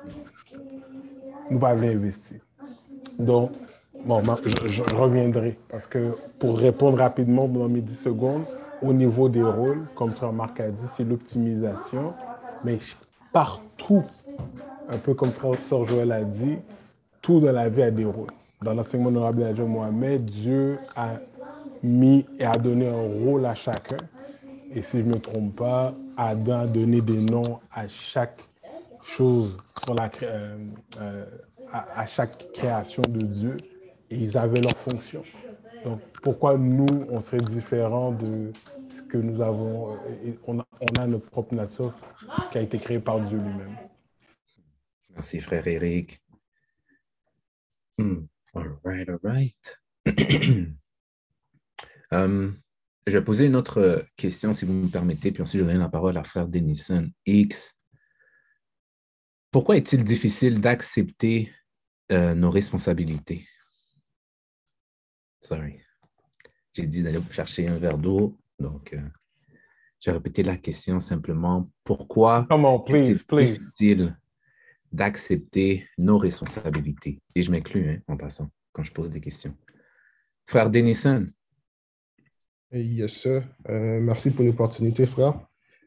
nous allons investir. Donc, bon, je reviendrai parce que pour répondre rapidement dans mes 10 secondes, au niveau des rôles, comme frère Marc a dit, c'est l'optimisation. Mais partout, un peu comme frère Joël a dit, tout dans la vie a des rôles. Dans l'enseignement honorable de Mohamed, Dieu a mis et a donné un rôle à chacun. Et si je ne me trompe pas, Adam a donné des noms à chaque chose, à chaque création de Dieu. Et ils avaient leur fonction. Donc, pourquoi nous, on serait différents de ce que nous avons? On a notre propre nature qui a été créée par Dieu lui-même. Merci, frère Eric. All right. Je vais poser une autre question, si vous me permettez, puis ensuite je donne la parole à frère Denison X. Pourquoi est-il difficile d'accepter nos responsabilités? Sorry. J'ai dit d'aller chercher un verre d'eau, donc je vais répéter la question simplement. Pourquoi est-il difficile d'accepter nos responsabilités? Et je m'inclus en passant quand je pose des questions. Frère Denison. Yes, sir. Merci pour l'opportunité, frère.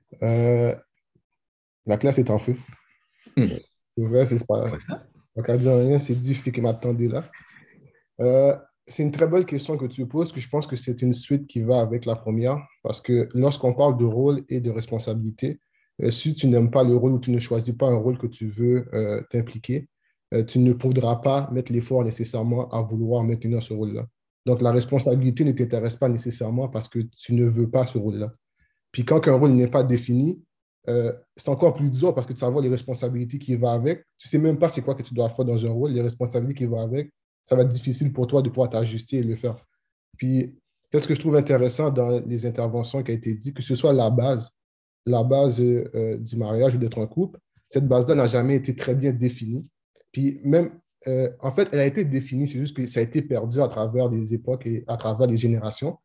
La classe est en feu. Le vrai, c'est pas ça. Donc, à dire rien, c'est Dieu qui m'attendait là. C'est une très belle question que tu poses, que je pense que c'est une suite qui va avec la première, parce que lorsqu'on parle de rôle et de responsabilité, si tu n'aimes pas le rôle ou tu ne choisis pas un rôle que tu veux t'impliquer, tu ne pourras pas mettre l'effort nécessairement à vouloir maintenir ce rôle-là. Donc, la responsabilité ne t'intéresse pas nécessairement parce que tu ne veux pas ce rôle-là. Puis quand un rôle n'est pas défini, c'est encore plus dur parce que tu sais les responsabilités qui vont avec. Tu ne sais même pas c'est quoi que tu dois faire dans un rôle, les responsabilités qui vont avec. Ça va être difficile pour toi de pouvoir t'ajuster et le faire. Puis, qu'est-ce que je trouve intéressant dans les interventions qui ont été dites, que ce soit la base du mariage ou d'être en couple, cette base-là n'a jamais été très bien définie. Puis même, en fait, elle a été définie, c'est juste que ça a été perdu à travers les époques et à travers les générations.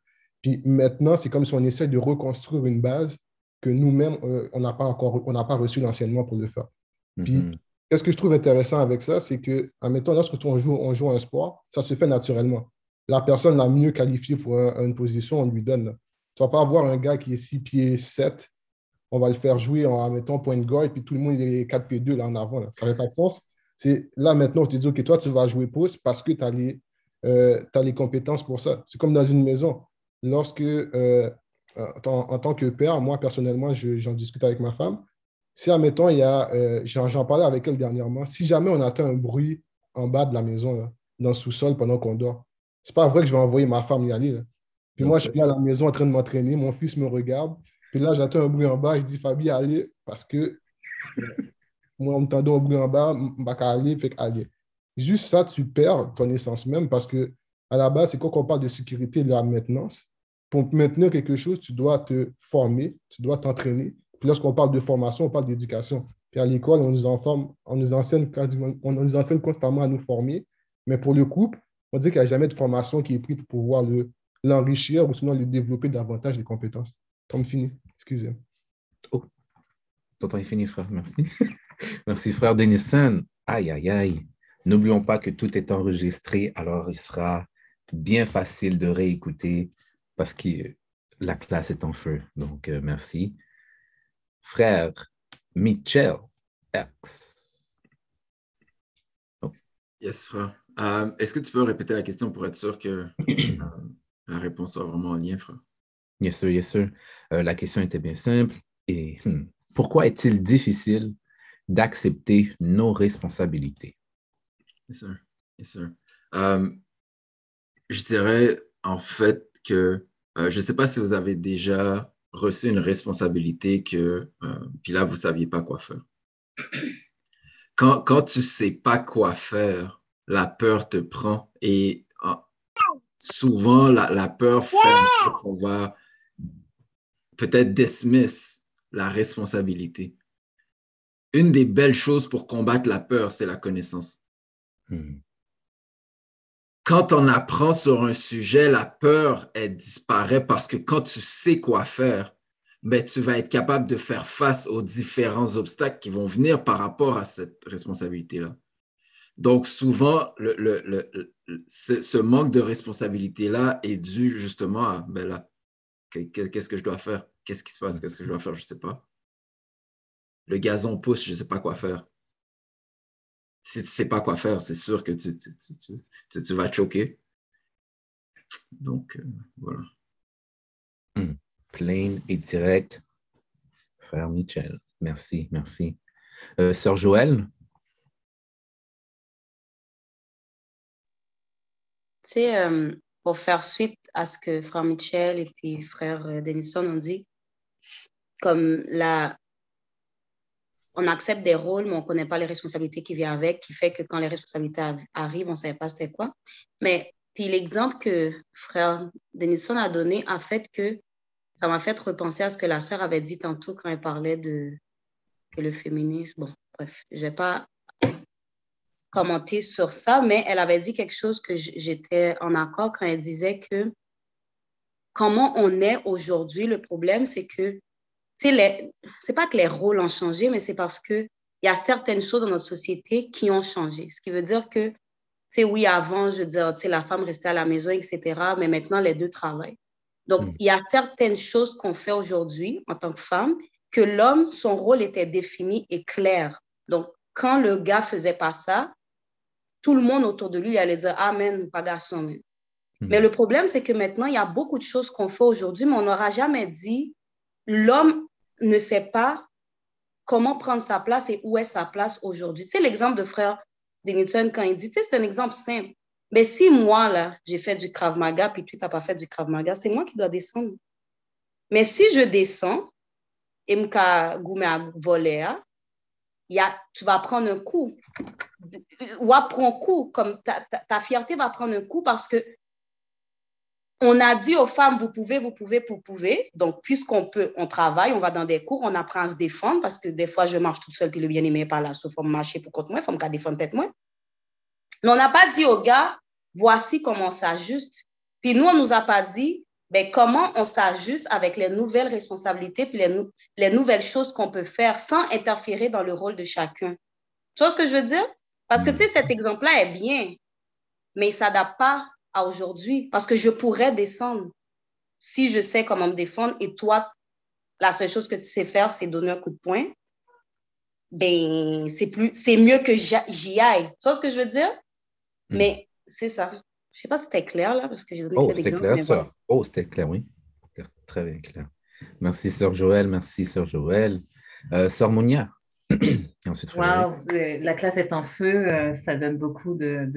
Puis maintenant, c'est comme si on essaie de reconstruire une base que nous-mêmes, on n'a pas reçu l'enseignement pour le faire. Puis, qu'est-ce que je trouve intéressant avec ça, c'est que, admettons, lorsque on joue un sport, ça se fait naturellement. La personne la mieux qualifiée pour une position, on lui donne. Là. Tu ne vas pas avoir un gars qui est 6 pieds 7, on va le faire jouer en, admettons, point de guard, et puis tout le monde est 4 pieds 2 là en avant. Là. Ça n'a pas de sens. C'est là, maintenant, on te dit, OK, toi, tu vas jouer pouce parce que tu as les compétences pour ça. C'est comme dans une maison. Lorsque, en tant que père, moi, personnellement, j'en discute avec ma femme. Si, admettons, j'en parlais avec elle dernièrement, si jamais on entend un bruit en bas de la maison, là, dans le sous-sol pendant qu'on dort, c'est pas vrai que je vais envoyer ma femme y aller. Là. Puis moi, je suis à la maison en train de m'entraîner, mon fils me regarde, puis là, j'entends un bruit en bas, je dis, Fabi, allez, parce que moi, en me tendant un bruit en bas, je ne vais pas aller, fait aller. Juste ça, tu perds ton essence même, parce que à la base, c'est quand on parle de sécurité et de la maintenance, pour maintenir quelque chose, tu dois te former, tu dois t'entraîner. Puis lorsqu'on parle de formation, on parle d'éducation. Puis à l'école, on nous enseigne constamment à nous former. Mais pour le couple, on dit qu'il n'y a jamais de formation qui est prise pour pouvoir l'enrichir ou sinon le développer davantage des compétences. Tom fini, excusez. Oh, ton temps est fini, frère. Merci. Merci, frère Denison. Aïe, aïe, aïe. N'oublions pas que tout est enregistré, alors il sera bien facile de réécouter parce que la classe est en feu. Donc, merci. Frère Mitchell X. Oh. Yes, frère. Est-ce que tu peux répéter la question pour être sûr que la réponse soit vraiment en lien, frère? Yes, sir, yes, sir. La question était bien simple. Et pourquoi est-il difficile d'accepter nos responsabilités? Yes, sir. Yes, sir. Je dirais en fait que je ne sais pas si vous avez déjà reçu une responsabilité que, puis là, vous ne saviez pas quoi faire. Quand tu ne sais pas quoi faire, la peur te prend et souvent, la peur fait qu'on va peut-être dismiss la responsabilité. Une des belles choses pour combattre la peur, c'est la connaissance. Quand on apprend sur un sujet, la peur, elle disparaît parce que quand tu sais quoi faire, ben, tu vas être capable de faire face aux différents obstacles qui vont venir par rapport à cette responsabilité-là. Donc, souvent, ce manque de responsabilité-là est dû justement à, ben là, qu'est-ce que je dois faire? Qu'est-ce qui se passe? Qu'est-ce que je dois faire? Je ne sais pas. Le gazon pousse, je ne sais pas quoi faire. Si tu ne sais pas quoi faire, c'est sûr que tu vas choquer. Donc, voilà. Plain et direct, frère Mitchell. Merci, merci. Sœur Joëlle? Tu sais, pour faire suite à ce que frère Mitchell et puis frère Denison ont dit, comme on accepte des rôles, mais on ne connaît pas les responsabilités qui viennent avec, qui fait que quand les responsabilités arrivent, on ne savait pas c'était quoi. Mais puis l'exemple que frère Denison a donné a fait que ça m'a fait repenser à ce que la sœur avait dit tantôt quand elle parlait que le féminisme, bon, bref, je ne vais pas commenter sur ça, mais elle avait dit quelque chose que j'étais en accord quand elle disait que comment on est aujourd'hui, le problème, c'est que c'est pas que les rôles ont changé, mais c'est parce qu'il y a certaines choses dans notre société qui ont changé. Ce qui veut dire que, oui, avant, je veux dire, la femme restait à la maison, etc., mais maintenant, les deux travaillent. Donc, il y a certaines choses qu'on fait aujourd'hui en tant que femme que l'homme, son rôle était défini et clair. Donc, quand le gars faisait pas ça, tout le monde autour de lui allait dire « Amen, pas garçon. » Mais le problème, c'est que maintenant, il y a beaucoup de choses qu'on fait aujourd'hui, mais on n'aura jamais dit l'homme ne sait pas comment prendre sa place et où est sa place aujourd'hui. Tu sais, l'exemple de frère Denison, quand il dit, tu sais, c'est un exemple simple. Mais si moi, là, j'ai fait du Krav Maga, puis tu n'as pas fait du Krav Maga, c'est moi qui dois descendre. Mais si je descends, et m'ka goumé à voler, tu vas prendre un coup. Ou prendre un coup, comme ta fierté va prendre un coup parce que on a dit aux femmes, vous pouvez. Donc, puisqu'on peut, on travaille, on va dans des cours, on apprend à se défendre parce que des fois, je marche toute seule, puis le bien-aimé n'est pas là, sauf faut marcher pour contre moi, il faut me défendre peut-être moi. Mais on n'a pas dit aux gars, voici comment on s'ajuste. Puis nous, on ne nous a pas dit, ben, comment on s'ajuste avec les nouvelles responsabilités puis les nouvelles choses qu'on peut faire sans interférer dans le rôle de chacun. Tu vois ce que je veux dire? Parce que, tu sais, cet exemple-là est bien, mais il ne s'adapte pas à aujourd'hui parce que je pourrais descendre si je sais comment me défendre et toi, la seule chose que tu sais faire, c'est donner un coup de poing. Ben, c'est mieux que j'y aille. Tu vois ce que je veux dire? Mais c'est ça. Je ne sais pas si c'était clair, là, parce que j'ai donné plein d'exemples. Clair, sœur. Oh, c'était clair, oui. C'était très bien clair. Merci, sœur Joël. Merci, sœur Joël. Sœur Mounia. Et ensuite, Wow, la classe est en feu. Ça donne beaucoup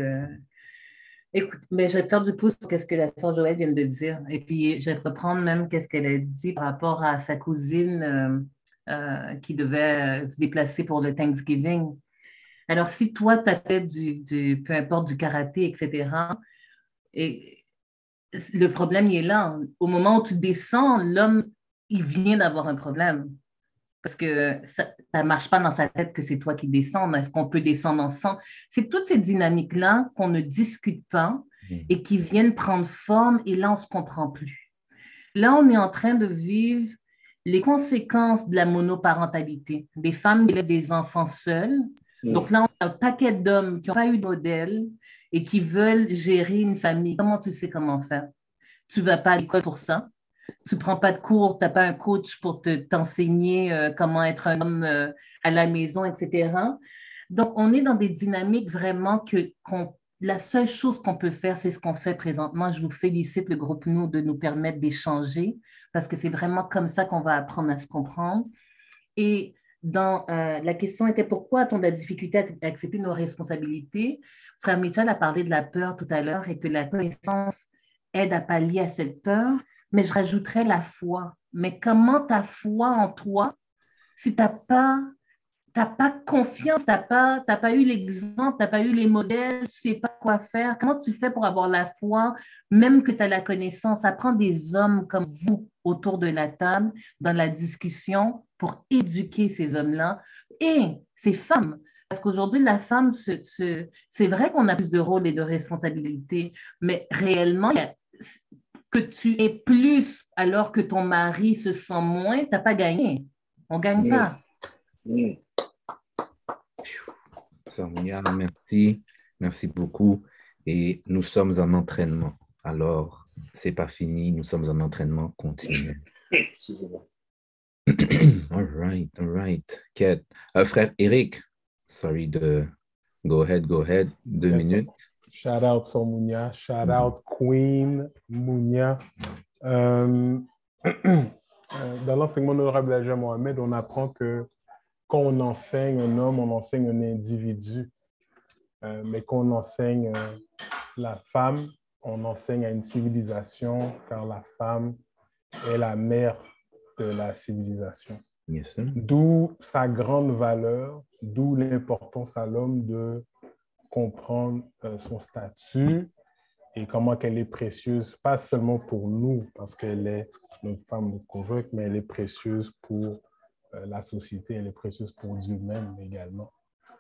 Écoute, mais j'ai peur du pouce sur ce que la sœur Joël vient de dire. Et puis, je vais reprendre même qu'est-ce qu'elle a dit par rapport à sa cousine qui devait se déplacer pour le Thanksgiving. Alors, si toi, tu as fait peu importe, du karaté, etc., et le problème, il est là. Au moment où tu descends, l'homme, il vient d'avoir un problème. Parce que ça ne marche pas dans sa tête que c'est toi qui descends. Est-ce qu'on peut descendre ensemble? C'est toutes ces dynamiques-là qu'on ne discute pas et qui viennent prendre forme et là, on ne se comprend plus. Là, on est en train de vivre les conséquences de la monoparentalité. Des femmes qui élèvent des enfants seuls. Donc là, on a un paquet d'hommes qui n'ont pas eu de modèle et qui veulent gérer une famille. Comment tu sais comment faire? Tu ne vas pas à l'école pour ça. Tu ne prends pas de cours, tu n'as pas un coach pour t'enseigner comment être un homme à la maison, etc. Donc, on est dans des dynamiques vraiment la seule chose qu'on peut faire, c'est ce qu'on fait présentement. Je vous félicite, le groupe Nous, de nous permettre d'échanger parce que c'est vraiment comme ça qu'on va apprendre à se comprendre. Et la question était pourquoi a-t-on de la difficulté à accepter nos responsabilités? Frère Mitchell a parlé de la peur tout à l'heure et que la connaissance aide à pallier à cette peur, mais je rajouterais la foi. Mais comment ta foi en toi, si tu n'as pas confiance, tu n'as pas eu l'exemple, tu n'as pas eu les modèles, tu ne sais pas quoi faire, comment tu fais pour avoir la foi, même que tu as la connaissance? Ça prend des hommes comme vous autour de la table, dans la discussion, pour éduquer ces hommes-là et ces femmes. Parce qu'aujourd'hui, la femme, c'est vrai qu'on a plus de rôles et de responsabilités, mais réellement, que tu aies plus alors que ton mari se sent moins, tu n'as pas gagné. On ne gagne pas. Sonia, merci. Merci beaucoup. Et nous sommes en entraînement. Alors, ce n'est pas fini. Nous sommes en entraînement continu. Excusez-moi. All right. Kat. Frère Eric, sorry de... Go ahead. 2 minutes. Shout out Sœur Mounia. Shout out Queen Mounia. Dans l'enseignement honorable d'Aja Mohamed, on apprend que quand on enseigne un homme, on enseigne un individu. Mais quand on enseigne la femme, on enseigne à une civilisation, car la femme est la mère de la civilisation. Yes, sir. D'où sa grande valeur, d'où l'importance à l'homme de comprendre son statut et comment qu'elle est précieuse, pas seulement pour nous, parce qu'elle est notre femme conjointe, mais elle est précieuse pour la société, elle est précieuse pour Dieu même également.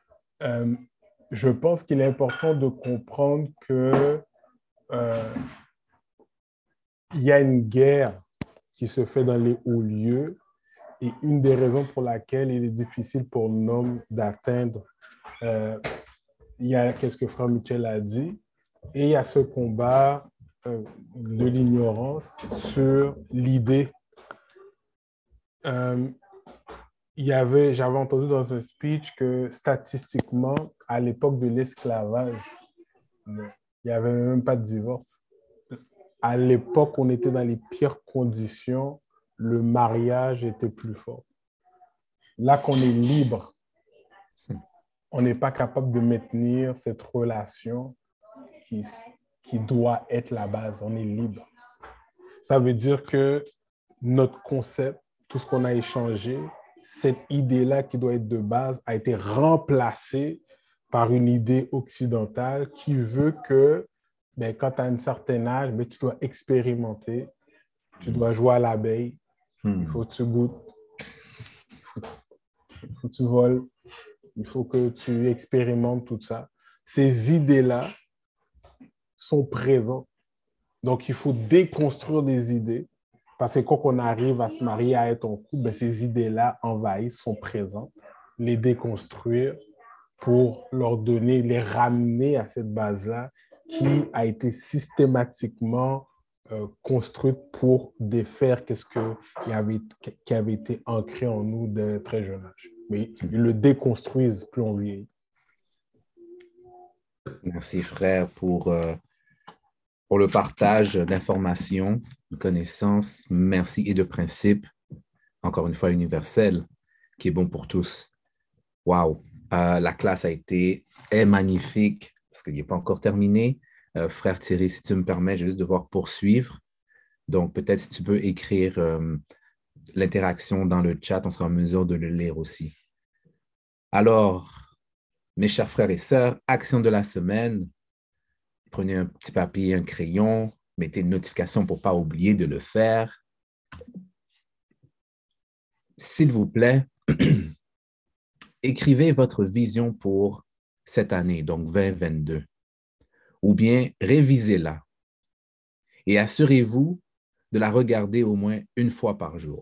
Je pense qu'il est important de comprendre que il y a une guerre qui se fait dans les hauts lieux et une des raisons pour laquelle il est difficile pour l'homme d'atteindre, il y a qu'est-ce que Frère Mitchell a dit, et il y a ce combat de l'ignorance sur l'idée. J'avais entendu dans un speech que statistiquement, à l'époque de l'esclavage, il n'y avait même pas de divorce. À l'époque, on était dans les pires conditions, le mariage était plus fort. Là qu'on est libre, on n'est pas capable de maintenir cette relation qui doit être la base. On est libre. Ça veut dire que notre concept, tout ce qu'on a échangé, cette idée-là qui doit être de base a été remplacée par une idée occidentale qui veut que quand tu as un certain âge, tu dois expérimenter, tu dois jouer à l'abeille, il faut que tu goûtes, il faut que tu voles, il faut que tu expérimentes tout ça. Ces idées-là sont présentes Donc, il faut déconstruire les idées parce que quand on arrive à se marier, à être en couple, ben, ces idées-là envahissent, sont présentes, les déconstruire pour leur donner, les ramener à cette base-là qui a été systématiquement construite pour défaire qui avait été ancré en nous dès très jeune âge. Mais ils le déconstruisent plus on vieillit. Merci, frère, pour le partage d'informations, de connaissances, merci et de principes, encore une fois universels, qui est bon pour tous. Wow! La classe est magnifique parce qu'il n'est pas encore terminé. Frère Thierry, si tu me permets, je vais juste devoir poursuivre. Donc, peut-être si tu peux écrire l'interaction dans le chat, on sera en mesure de le lire aussi. Alors, mes chers frères et sœurs, action de la semaine. Prenez un petit papier, un crayon, mettez une notification pour ne pas oublier de le faire. S'il vous plaît, écrivez votre vision pour cette année, donc 2022, ou bien révisez-la et assurez-vous de la regarder au moins une fois par jour.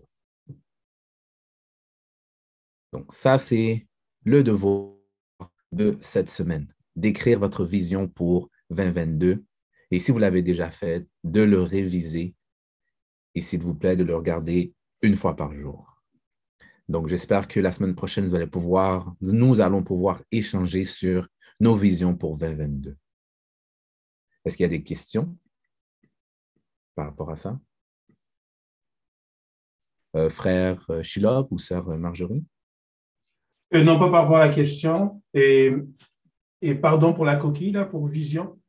Donc, ça, c'est le devoir de cette semaine, d'écrire votre vision pour 2022. Et si vous l'avez déjà fait, de le réviser et s'il vous plaît, de le regarder une fois par jour. Donc, j'espère que la semaine prochaine, nous allons pouvoir échanger sur nos visions pour 2022. Est-ce qu'il y a des questions par rapport à ça? Frère Shiloh ou sœur Marjorie? Non, pas par rapport à la question. Et pardon pour la coquille, là, pour vision.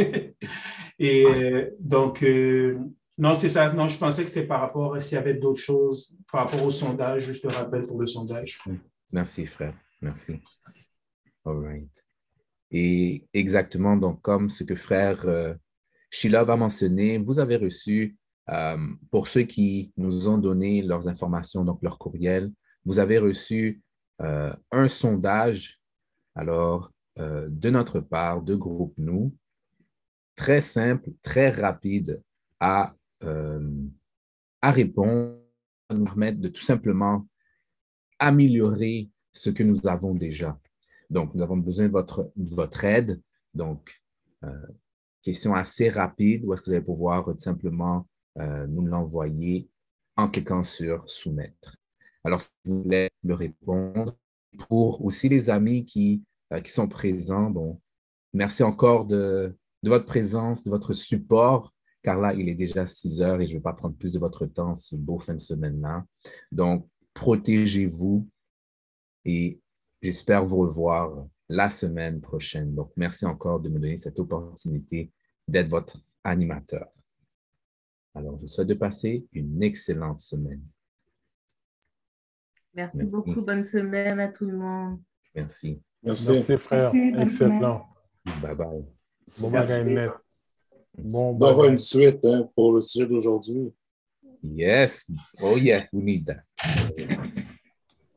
Donc, non, c'est ça. Non, je pensais que c'était par rapport à s'il y avait d'autres choses, par rapport au sondage, juste un rappel pour le sondage. Merci, frère. Merci. All right. Et exactement, donc, comme ce que frère Shiloh a mentionné, vous avez reçu, pour ceux qui nous ont donné leurs informations, donc leur courriel, vous avez reçu un sondage, alors, de notre part, de Groupe Nous, très simple, très rapide à répondre, à nous permettre de tout simplement améliorer ce que nous avons déjà. Donc, nous avons besoin de votre aide. Donc, question assez rapide, où est-ce que vous allez pouvoir tout simplement nous l'envoyer en cliquant sur « Soumettre ». Alors, si vous voulez le répondre, pour aussi les amis qui sont présents, bon, merci encore de votre présence, de votre support, car là, il est déjà 6 heures et je ne vais pas prendre plus de votre temps ce beau fin de semaine-là. Donc, protégez-vous et j'espère vous revoir la semaine prochaine. Donc, merci encore de me donner cette opportunité d'être votre animateur. Alors, je vous souhaite de passer une excellente semaine. Merci beaucoup. Bonne semaine à tout le monde. Merci. Merci. Merci, frère. Merci, Excellent. Bye bye. Bon bagage net. Bon On doit avoir bagage. une suite pour le sujet d'aujourd'hui. Yes. Oh yes, we need that.